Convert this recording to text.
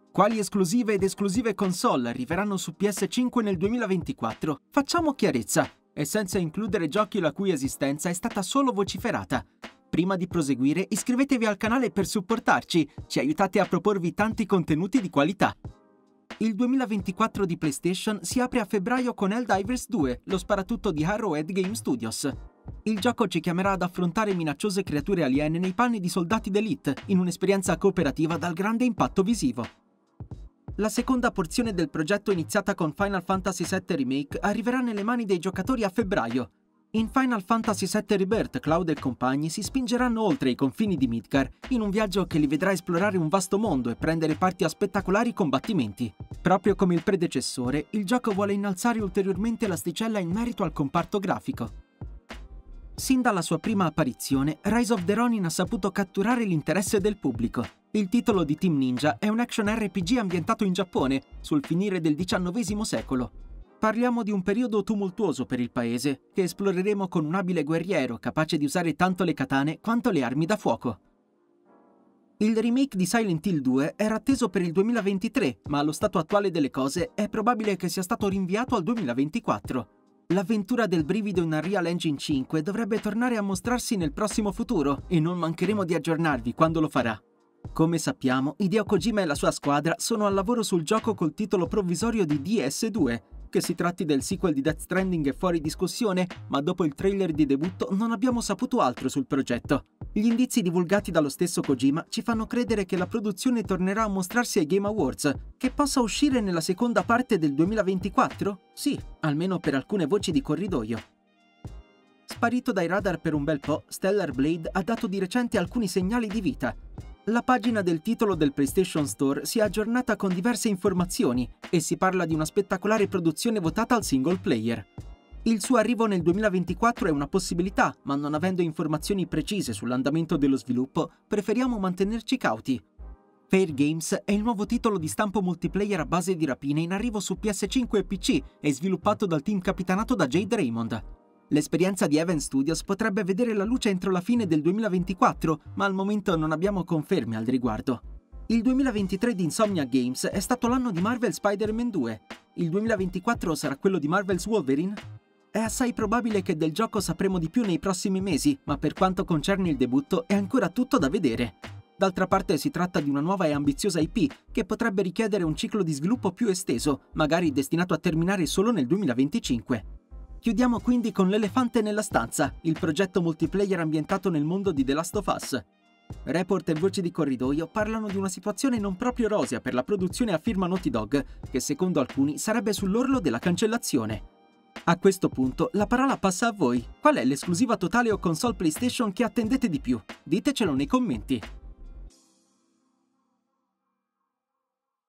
Quali esclusive ed esclusive console arriveranno su PS5 nel 2024? Facciamo chiarezza, e senza includere giochi la cui esistenza è stata solo vociferata. Prima di proseguire, iscrivetevi al canale per supportarci, ci aiutate a proporvi tanti contenuti di qualità. Il 2024 di PlayStation si apre a febbraio con Helldivers 2, lo sparatutto di Arrowhead Game Studios. Il gioco ci chiamerà ad affrontare minacciose creature aliene nei panni di soldati d'élite, in un'esperienza cooperativa dal grande impatto visivo. La seconda porzione del progetto iniziata con Final Fantasy VII Remake arriverà nelle mani dei giocatori a febbraio. In Final Fantasy VII Rebirth, Cloud e compagni si spingeranno oltre i confini di Midgar, in un viaggio che li vedrà esplorare un vasto mondo e prendere parte a spettacolari combattimenti. Proprio come il predecessore, il gioco vuole innalzare ulteriormente l'asticella in merito al comparto grafico. Sin dalla sua prima apparizione, Rise of the Ronin ha saputo catturare l'interesse del pubblico. Il titolo di Team Ninja è un action RPG ambientato in Giappone, sul finire del XIX secolo. Parliamo di un periodo tumultuoso per il paese, che esploreremo con un abile guerriero capace di usare tanto le katane quanto le armi da fuoco. Il remake di Silent Hill 2 era atteso per il 2023, ma allo stato attuale delle cose è probabile che sia stato rinviato al 2024. L'avventura del brivido in Unreal Engine 5 dovrebbe tornare a mostrarsi nel prossimo futuro e non mancheremo di aggiornarvi quando lo farà. Come sappiamo, Hideo Kojima e la sua squadra sono al lavoro sul gioco col titolo provvisorio di DS2. Che si tratti del sequel di Death Stranding è fuori discussione, ma dopo il trailer di debutto non abbiamo saputo altro sul progetto. Gli indizi divulgati dallo stesso Kojima ci fanno credere che la produzione tornerà a mostrarsi ai Game Awards. Che possa uscire nella seconda parte del 2024? Sì, almeno per alcune voci di corridoio. Sparito dai radar per un bel po', Stellar Blade ha dato di recente alcuni segnali di vita. La pagina del titolo del PlayStation Store si è aggiornata con diverse informazioni e si parla di una spettacolare produzione votata al single player. Il suo arrivo nel 2024 è una possibilità, ma non avendo informazioni precise sull'andamento dello sviluppo, preferiamo mantenerci cauti. Fair Games è il nuovo titolo di stampo multiplayer a base di rapine in arrivo su PS5 e PC e sviluppato dal team capitanato da Jade Raymond. L'esperienza di Haven Studios potrebbe vedere la luce entro la fine del 2024, ma al momento non abbiamo conferme al riguardo. Il 2023 di Insomniac Games è stato l'anno di Marvel Spider-Man 2. Il 2024 sarà quello di Marvel's Wolverine? È assai probabile che del gioco sapremo di più nei prossimi mesi, ma per quanto concerne il debutto è ancora tutto da vedere. D'altra parte si tratta di una nuova e ambiziosa IP che potrebbe richiedere un ciclo di sviluppo più esteso, magari destinato a terminare solo nel 2025. Chiudiamo quindi con l'elefante nella stanza, il progetto multiplayer ambientato nel mondo di The Last of Us. Report e voci di corridoio parlano di una situazione non proprio rosea per la produzione a firma Naughty Dog, che secondo alcuni sarebbe sull'orlo della cancellazione. A questo punto la parola passa a voi. Qual è l'esclusiva totale o console PlayStation che attendete di più? Ditecelo nei commenti.